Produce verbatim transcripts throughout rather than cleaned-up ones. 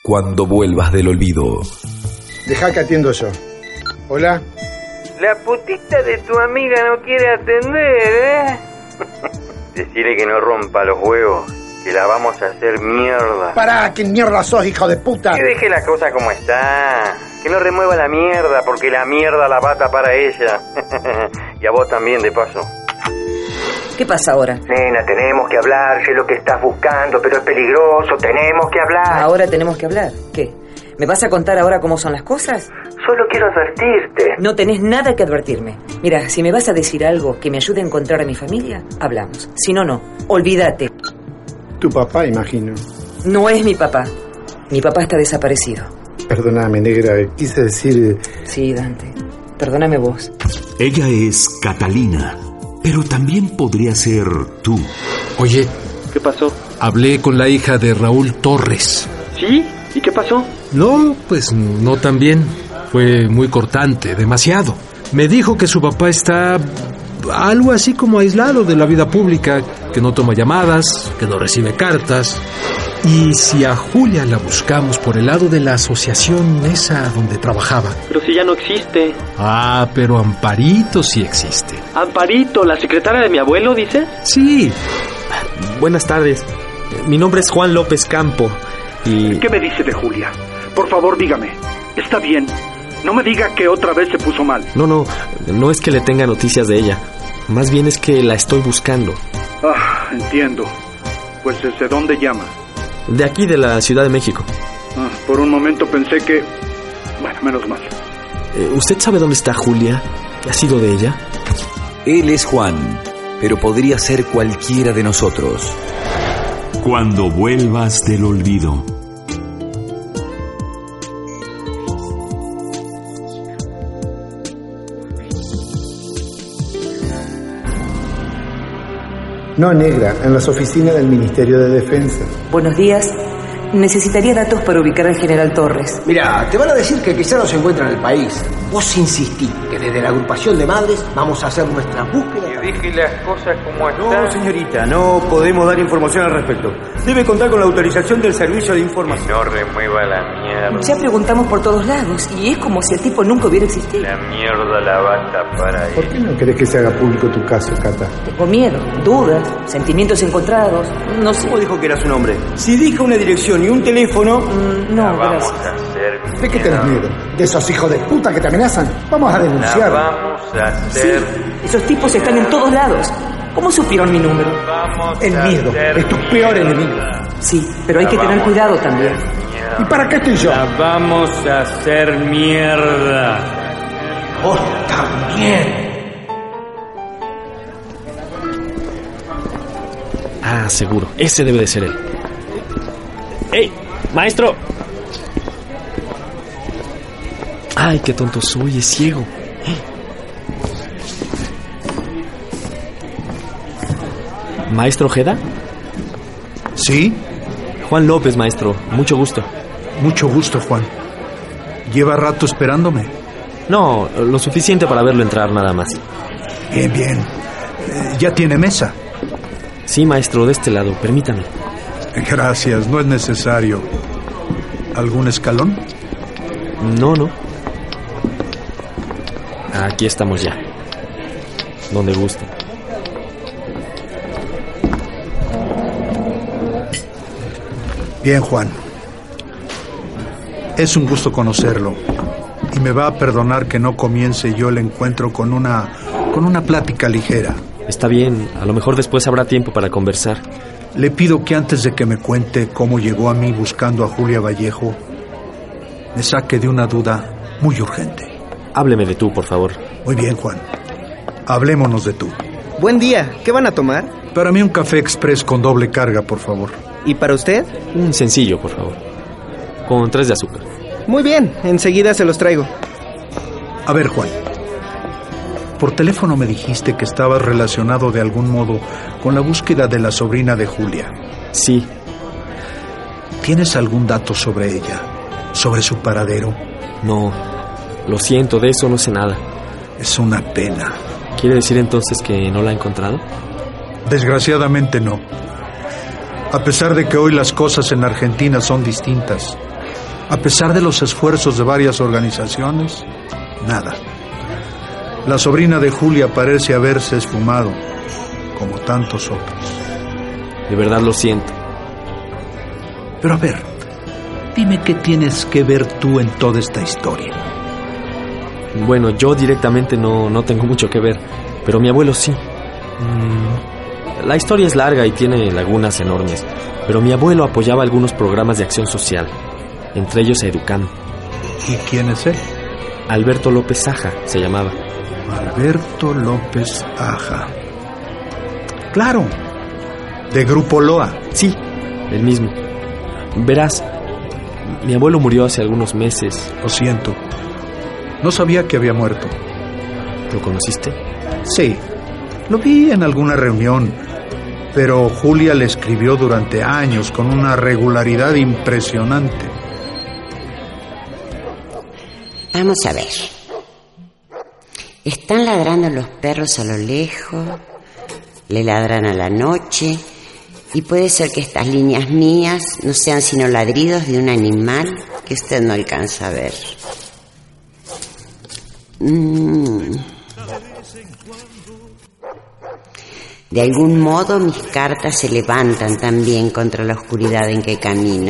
Cuando vuelvas del olvido. Deja que atiendo yo. Hola. La putita de tu amiga no quiere atender, ¿eh? Decirle que no rompa los huevos, que la vamos a hacer mierda. Pará, ¿qué mierda sos, hijo de puta? Que deje la cosa como está. Que no remueva la mierda, porque la mierda la va a tapar a ella. Y a vos también, de paso. ¿Qué pasa ahora? Nena, tenemos que hablar, sé lo que estás buscando, pero es peligroso, tenemos que hablar. Ahora tenemos que hablar. ¿Qué? ¿Me vas a contar ahora cómo son las cosas? Solo quiero advertirte. No tenés nada que advertirme. Mira, si me vas a decir algo que me ayude a encontrar a mi familia, hablamos. Si no, no. Olvídate. Tu papá, imagino. No es mi papá. Mi papá está desaparecido. Perdóname, negra, quise decir... Sí, Dante. Perdóname vos. Ella es Catalina, pero también podría ser tú. Oye, ¿Qué pasó? hablé con la hija de Raúl Torres. ¿Sí? ¿Y qué pasó? No, pues no tan bien. Fue muy cortante, demasiado. Me dijo que su papá está algo así como aislado de la vida pública, que no toma llamadas, que no recibe cartas. Y si a Julia la buscamos por el lado de la asociación esa donde trabajaba. Pero si ya no existe. Ah, pero Amparito sí existe. Amparito, la secretaria de mi abuelo, ¿dice? Sí. Buenas tardes. Mi nombre es Juan López Campo y... ¿Qué me dice de Julia? Por favor, dígame. ¿Está bien? No me diga que otra vez se puso mal. No, no, no es que le tenga noticias de ella. Más bien es que la estoy buscando. Ah, entiendo. Pues ¿desde dónde llama? De aquí, de la Ciudad de México. Ah, por un momento pensé que... Bueno, menos mal. Eh, ¿Usted sabe dónde está Julia? ¿Qué ha sido de ella? Él es Juan, pero podría ser cualquiera de nosotros. Cuando vuelvas del olvido. No, negra, en las oficinas del Ministerio de Defensa. Buenos días. Necesitaría datos para ubicar al general Torres. Mira, te van a decir que quizá no se encuentra en el país. Vos insistí que desde la agrupación de madres vamos a hacer nuestras búsquedas. Que deje las cosas como están. No, señorita, no podemos dar información al respecto. Debe contar con la autorización del Servicio de Información. Que no remueva la mierda. Ya preguntamos por todos lados y es como si el tipo nunca hubiera existido. La mierda la va a tapar a ¿Por ella. qué no querés que se haga público tu caso, Cata? Tengo miedo, dudas, sentimientos encontrados. No sé. ¿Cómo dijo que era su nombre? Si dijo una dirección y un teléfono... Mm, La no, vamos gracias. a hacer ¿De qué tenés miedo? ¿De esos hijos de puta que te amenazan? Vamos a La denunciar. vamos a Sí, hacer. esos tipos están en todos lados. ¿Cómo supieron mi número? Vamos El a miedo hacer es tu peor enemigo. Sí, pero hay La que tener vamos cuidado a también. hacer mierda. ¿Y para qué estoy yo? La vamos a hacer mierda. Vos también. Ah, seguro. Ese debe de ser él. ¡Ey, maestro! Ay, qué tonto soy, es ciego. ¿Maestro Ojeda? ¿Sí? Juan López, maestro. Mucho gusto. Mucho gusto, Juan. ¿Lleva rato esperándome? No, lo suficiente para verlo entrar nada más. Bien, bien. Eh, ¿Ya tiene mesa? Sí, maestro, de este lado. Permítame. Gracias, no es necesario. ¿Algún escalón? No, no. Aquí estamos ya. Donde guste. Bien, Juan. Es un gusto conocerlo. Y me va a perdonar que no comience yo el encuentro con una, con una plática ligera. Está bien, a lo mejor después habrá tiempo para conversar. Le pido que antes de que me cuente cómo llegó a mí buscando a Julia Vallejo, me saque de una duda muy urgente. Hábleme de tú, por favor. Muy bien, Juan. Hablémonos de tú. Buen día. ¿Qué van a tomar? Para mí un café express con doble carga, por favor. ¿Y para usted? Un sencillo, por favor. Con tres de azúcar. Muy bien, enseguida se los traigo. A ver, Juan. Por teléfono me dijiste que estabas relacionado de algún modo con la búsqueda de la sobrina de Julia. Sí. ¿Tienes algún dato sobre ella? ¿Sobre su paradero? No, lo siento, de eso no sé nada. Es una pena. ¿Quiere decir entonces que no la ha encontrado? Desgraciadamente no. A pesar de que hoy las cosas en Argentina son distintas, A pesar de los esfuerzos de varias organizaciones, nada. La sobrina de Julia parece haberse esfumado, como tantos otros. De verdad lo siento. Pero a ver, dime qué tienes que ver tú en toda esta historia. Bueno, yo directamente no, no tengo mucho que ver, pero mi abuelo sí. Mm, la historia es larga y tiene lagunas enormes, pero mi abuelo apoyaba algunos programas de acción social, entre ellos Educam. ¿Y quién es él? Alberto López Aja se llamaba. Alberto López Aja. Claro, de Grupo Loa. Sí, el mismo. Verás, mi abuelo murió hace algunos meses. Lo siento. No sabía que había muerto. ¿Lo conociste? Sí, lo vi en alguna reunión, pero Julia le escribió durante años con una regularidad impresionante. Vamos a ver. Están ladrando los perros a lo lejos, le ladran a la noche, y puede ser que estas líneas mías no sean sino ladridos de un animal que usted no alcanza a ver. Mm. De algún modo mis cartas se levantan también contra la oscuridad en que camino.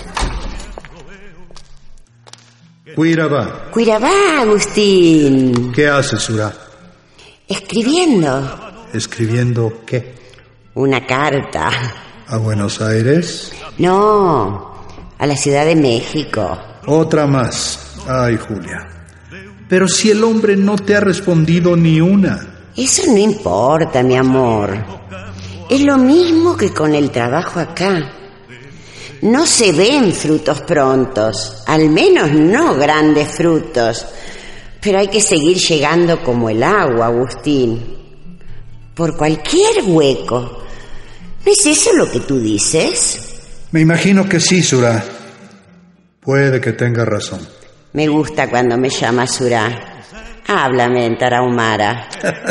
Cuirabá. Cuirabá, Agustín. ¿Qué haces, Surá? Escribiendo. ¿Escribiendo qué? Una carta. ¿A Buenos Aires? No, a la Ciudad de México. Otra más. Ay, Julia. Pero si el hombre no te ha respondido ni una. Eso no importa, mi amor. Es lo mismo que con el trabajo acá. No se ven frutos prontos, al menos no grandes frutos. Pero hay que seguir llegando como el agua, Agustín. Por cualquier hueco. ¿No es eso lo que tú dices? Me imagino que sí, Surá. Puede que tenga razón. Me gusta cuando me llamas Surá. Háblame en tarahumara.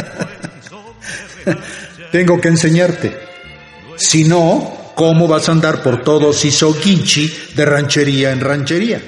Tengo que enseñarte. Si no, ¿cómo vas a andar por todo Sisoguinchi de ranchería en ranchería?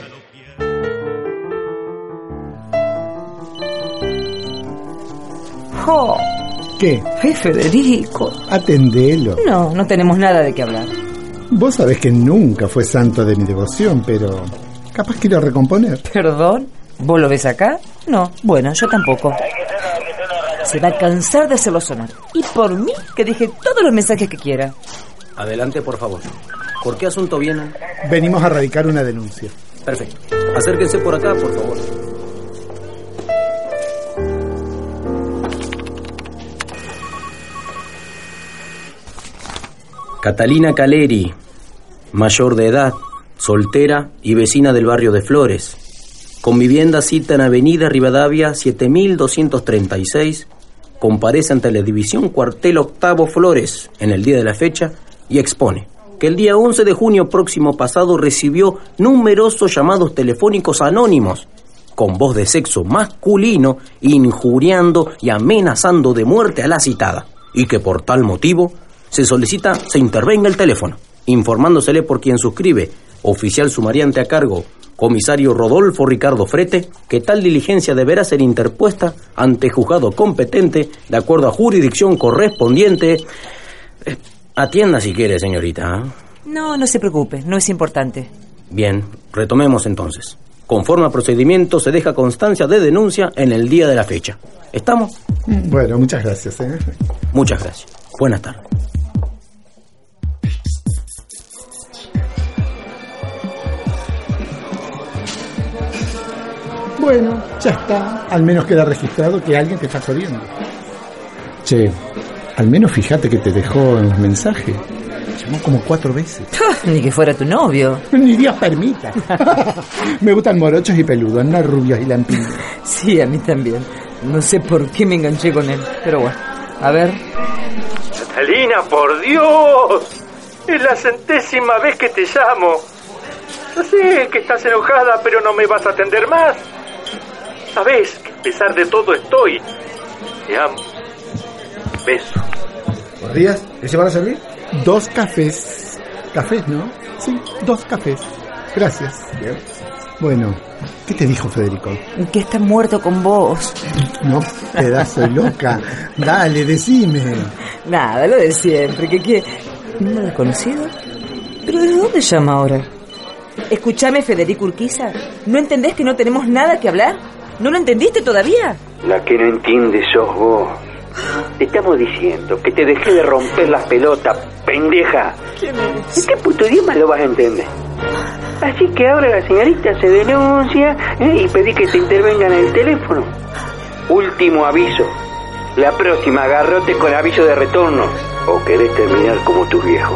¡Oh! ¿Qué? ¡Ay, Federico! Atendelo. No, no tenemos nada de qué hablar. Vos sabés que nunca fue santo de mi devoción, pero capaz quiero recomponer. ¿Perdón? ¿Vos lo ves acá? No, bueno, yo tampoco. Se va a cansar de hacerlo sonar. Y por mí, que deje todos los mensajes que quiera. Adelante, por favor. ¿Por qué asunto vienen? Venimos a radicar una denuncia. Perfecto. Acérquense por acá, por favor. Catalina Caleri, mayor de edad, soltera y vecina del barrio de Flores, con vivienda cita en Avenida Rivadavia siete mil doscientos treinta y seis, comparece ante la División Cuartel Octavo Flores en el día de la fecha y expone que el día once de junio próximo pasado recibió numerosos llamados telefónicos anónimos con voz de sexo masculino, injuriando y amenazando de muerte a la citada, y que por tal motivo se solicita se intervenga el teléfono, informándosele por quien suscribe, oficial sumariante a cargo, comisario Rodolfo Ricardo Frete, que tal diligencia deberá ser interpuesta ante juzgado competente de acuerdo a jurisdicción correspondiente. Eh, atienda si quiere, señorita. No, no se preocupe, no es importante. Bien, retomemos entonces. Conforme al procedimiento, se deja constancia de denuncia en el día de la fecha. ¿Estamos? Bueno, muchas gracias. ¿eh? Muchas gracias. Buenas tardes. Bueno, ya está. Al menos queda registrado que alguien te está jodiendo. Che, al menos fíjate que te dejó en los mensajes. Llamó como cuatro veces. Ni que fuera tu novio. Ni Dios permita. Me gustan morochos y peludos, no rubios y lampiños. Sí, a mí también. No sé por qué me enganché con él. Pero bueno, a ver. Catalina, por Dios. Es la centésima vez que te llamo. Yo sé que estás enojada, pero no me vas a atender más. Sabes que a pesar de todo estoy. Te amo. Beso. Buenos días. ¿Qué se van a servir? Dos cafés. Cafés, ¿no? Sí, dos cafés. Gracias. Bueno, ¿qué te dijo Federico? Que está muerto con vos. No, pedazo de loca. Dale, decime. Nada, lo de siempre. ¿Que qué? ¿No lo he conocido? ¿Pero desde dónde llama ahora? Escúchame, Federico Urquiza. ¿No entendés que no tenemos nada que hablar? ¿No lo entendiste todavía? La que no entiende sos vos. Te estamos diciendo que te dejé de romper las pelotas, pendeja. ¿Quién eres? ¿En qué puto idioma lo vas a entender? Así que ahora la señorita se denuncia ¿eh? y pedí que te intervenga en el teléfono. Último aviso. La próxima agarrote con aviso de retorno. ¿O querés terminar como tus viejos?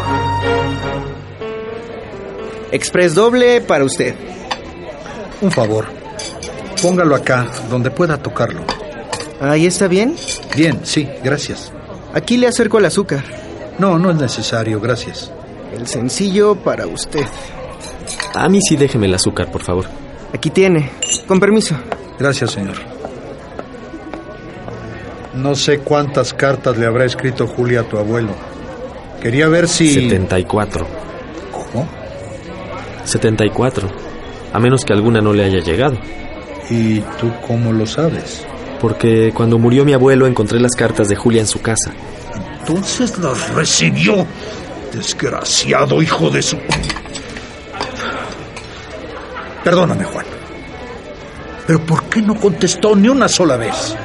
Express doble para usted. Un favor. Póngalo acá, donde pueda tocarlo. ¿Ahí está bien? Bien, sí, gracias. Aquí le acerco el azúcar. No, no es necesario, gracias. El sencillo para usted. A mí sí déjeme el azúcar, por favor. Aquí tiene. Con permiso. Gracias, señor. No sé cuántas cartas le habrá escrito Julia a tu abuelo. Quería ver si... setenta y cuatro. ¿Cómo? setenta y cuatro. A menos que alguna no le haya llegado. ¿Y tú cómo lo sabes? Porque cuando murió mi abuelo encontré las cartas de Julia en su casa. Entonces las recibió. Desgraciado hijo de su... Perdóname, Juan. ¿Pero por qué no contestó ni una sola vez?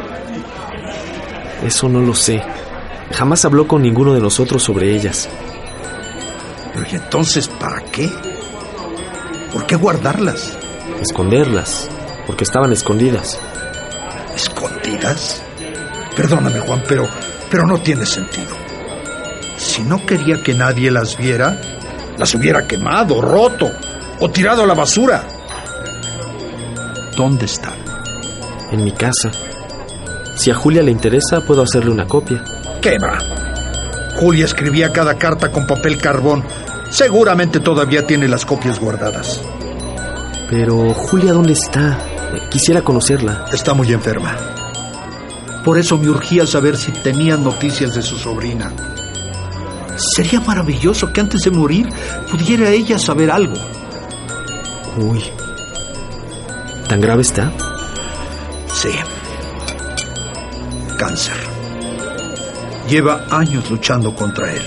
Eso no lo sé. Jamás habló con ninguno de nosotros sobre ellas. ¿Pero y entonces para qué? ¿Por qué guardarlas? Esconderlas. Porque estaban escondidas. ¿Escondidas? Perdóname, Juan, pero, pero no tiene sentido. Si no quería que nadie las viera, las hubiera quemado, roto o tirado a la basura. ¿Dónde están? En mi casa. Si a Julia le interesa, puedo hacerle una copia. ¿Qué va? Julia escribía cada carta con papel carbón. Seguramente todavía tiene las copias guardadas. Pero, ¿Julia dónde está? Quisiera conocerla. Está muy enferma. Por eso me urgía saber si tenían noticias de su sobrina. Sería maravilloso que antes de morir pudiera ella saber algo. Uy. ¿Tan grave está? Sí. Cáncer. Lleva años luchando contra él.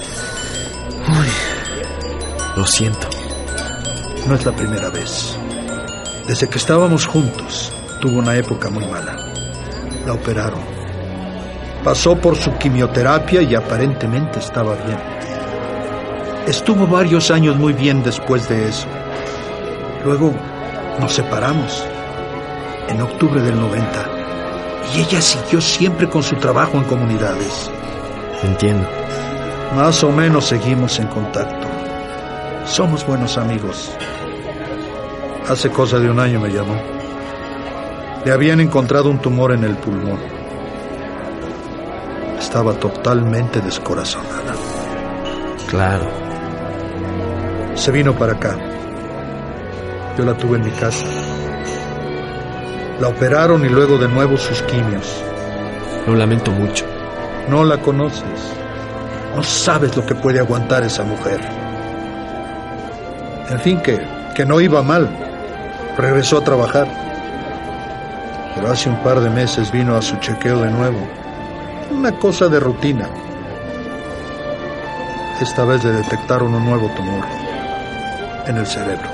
Uy. Lo siento. No es la primera vez. Desde que estábamos juntos, tuvo una época muy mala. La operaron. Pasó por su quimioterapia y aparentemente estaba bien. Estuvo varios años muy bien después de eso. Luego nos separamos en octubre del noventa y ella siguió siempre con su trabajo en comunidades. Entiendo. Más o menos seguimos en contacto. Somos buenos amigos. Hace cosa de un año me llamó. Le habían encontrado un tumor en el pulmón. Estaba totalmente descorazonada. Claro. Se vino para acá. Yo la tuve en mi casa. La operaron y luego de nuevo sus quimios. Lo lamento mucho. No la conoces. No sabes lo que puede aguantar esa mujer. En fin, que, que no iba mal. Regresó a trabajar. Pero hace un par de meses vino a su chequeo de nuevo. Una cosa de rutina. Esta vez le detectaron un nuevo tumor en el cerebro.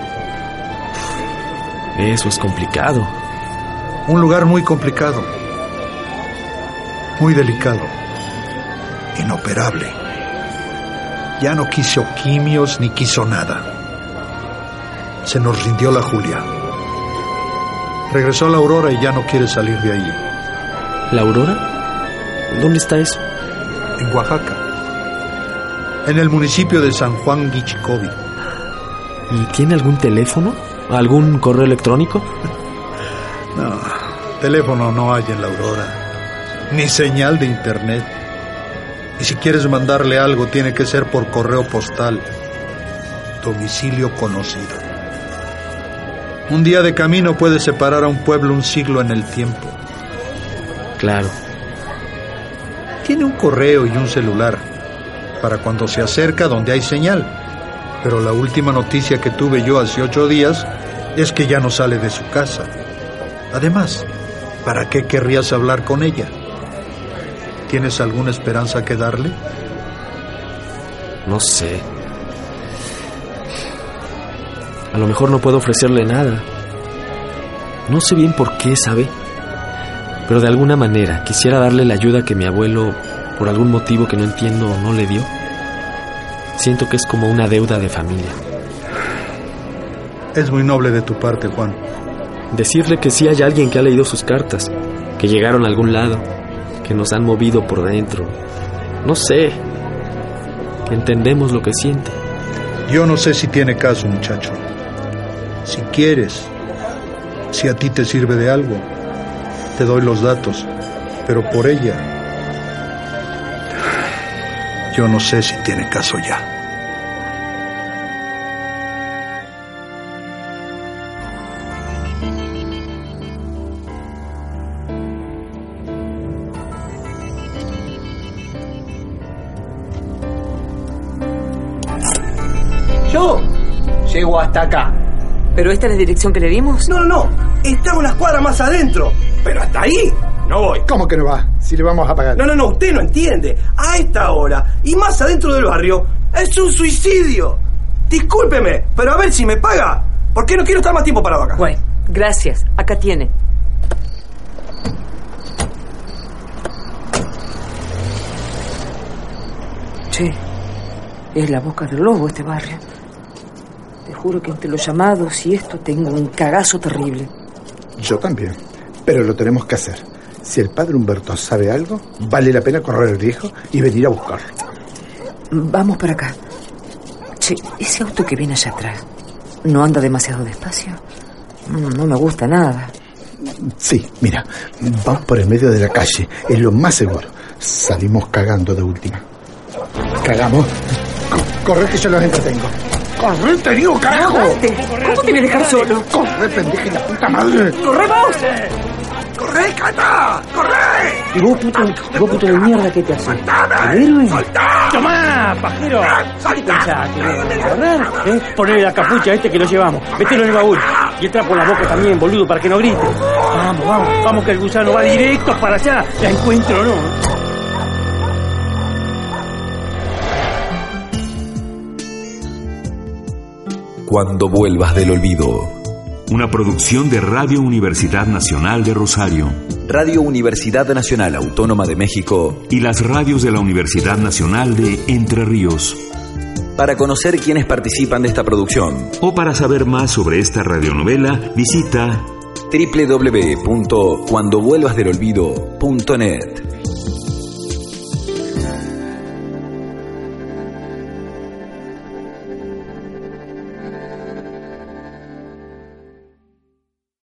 Eso es complicado. Un lugar muy complicado. Muy delicado. Inoperable. Ya no quiso quimios ni quiso nada. Se nos rindió la Julia. Regresó a la Aurora y ya no quiere salir de allí. ¿La Aurora? ¿Dónde está eso? En Oaxaca. En el municipio de San Juan Guichicovi. ¿Y tiene algún teléfono? ¿Algún correo electrónico? No, teléfono no hay en la Aurora. Ni señal de internet. Y si quieres mandarle algo, tiene que ser por correo postal. Domicilio conocido. Un día de camino puede separar a un pueblo un siglo en el tiempo. Claro. Tiene un correo y un celular para cuando se acerca donde hay señal. Pero la última noticia que tuve yo hace ocho días es que ya no sale de su casa. Además, ¿para qué querrías hablar con ella? ¿Tienes alguna esperanza que darle? No sé. A lo mejor no puedo ofrecerle nada. No sé bien por qué, ¿sabe? Pero de alguna manera quisiera darle la ayuda que mi abuelo, por algún motivo que no entiendo, no le dio. Siento que es como una deuda de familia. Es muy noble de tu parte, Juan. Decirle que sí hay alguien que ha leído sus cartas, que llegaron a algún lado, que nos han movido por dentro. No sé, que entendemos lo que siente. Yo no sé si tiene caso, muchacho. Si quieres, si a ti te sirve de algo, te doy los datos, pero por ella, yo no sé si tiene caso ya. Yo llego hasta acá. ¿Pero esta es la dirección que le dimos? No, no, no. Estamos unas cuadras más adentro. Pero hasta ahí no voy. ¿Cómo que no va? Si le vamos a pagar. No, no, no. Usted no entiende. A esta hora y más adentro del barrio es un suicidio. Discúlpeme, pero a ver si me paga. Porque no quiero estar más tiempo parado acá. Bueno, gracias. Acá tiene. Che, es la boca del lobo este barrio. Te juro que entre los llamados y esto tengo un cagazo terrible. Yo también, pero lo tenemos que hacer. Si el padre Humberto sabe algo, vale la pena correr el riesgo y venir a buscarlo. Vamos para acá. Che, ese auto que viene allá atrás, ¿no anda demasiado despacio? No, no me gusta nada. Sí, mira, vamos por el medio de la calle, es lo más seguro. Salimos cagando de última. ¿Cagamos? Corre que yo los entretengo. ¡Corre, te digo, carajo! ¿Cómo te voy a dejar solo? ¡Corre, pendeja, la puta madre! ¡Corre vos! ¡Corre, Cata! ¡Corre! ¿Y vos, puto, vos, puto de mierda, qué te haces? ¿El héroe? ¡Tomá, pajero! ¿Qué pensás? ¿Que voy a correr? ¿Eh? Ponele la capucha a este que lo llevamos. Mételo en el baúl. Y el trapo en la boca también, boludo, para que no grite. Vamos, vamos, vamos, que el gusano va directo para allá. La encuentro, ¿no? Cuando vuelvas del olvido. Una producción de Radio Universidad Nacional de Rosario, Radio Universidad Nacional Autónoma de México y las radios de la Universidad Nacional de Entre Ríos. Para conocer quiénes participan de esta producción o para saber más sobre esta radionovela, visita doble u doble u doble u punto cuando vuelvas del olvido punto net.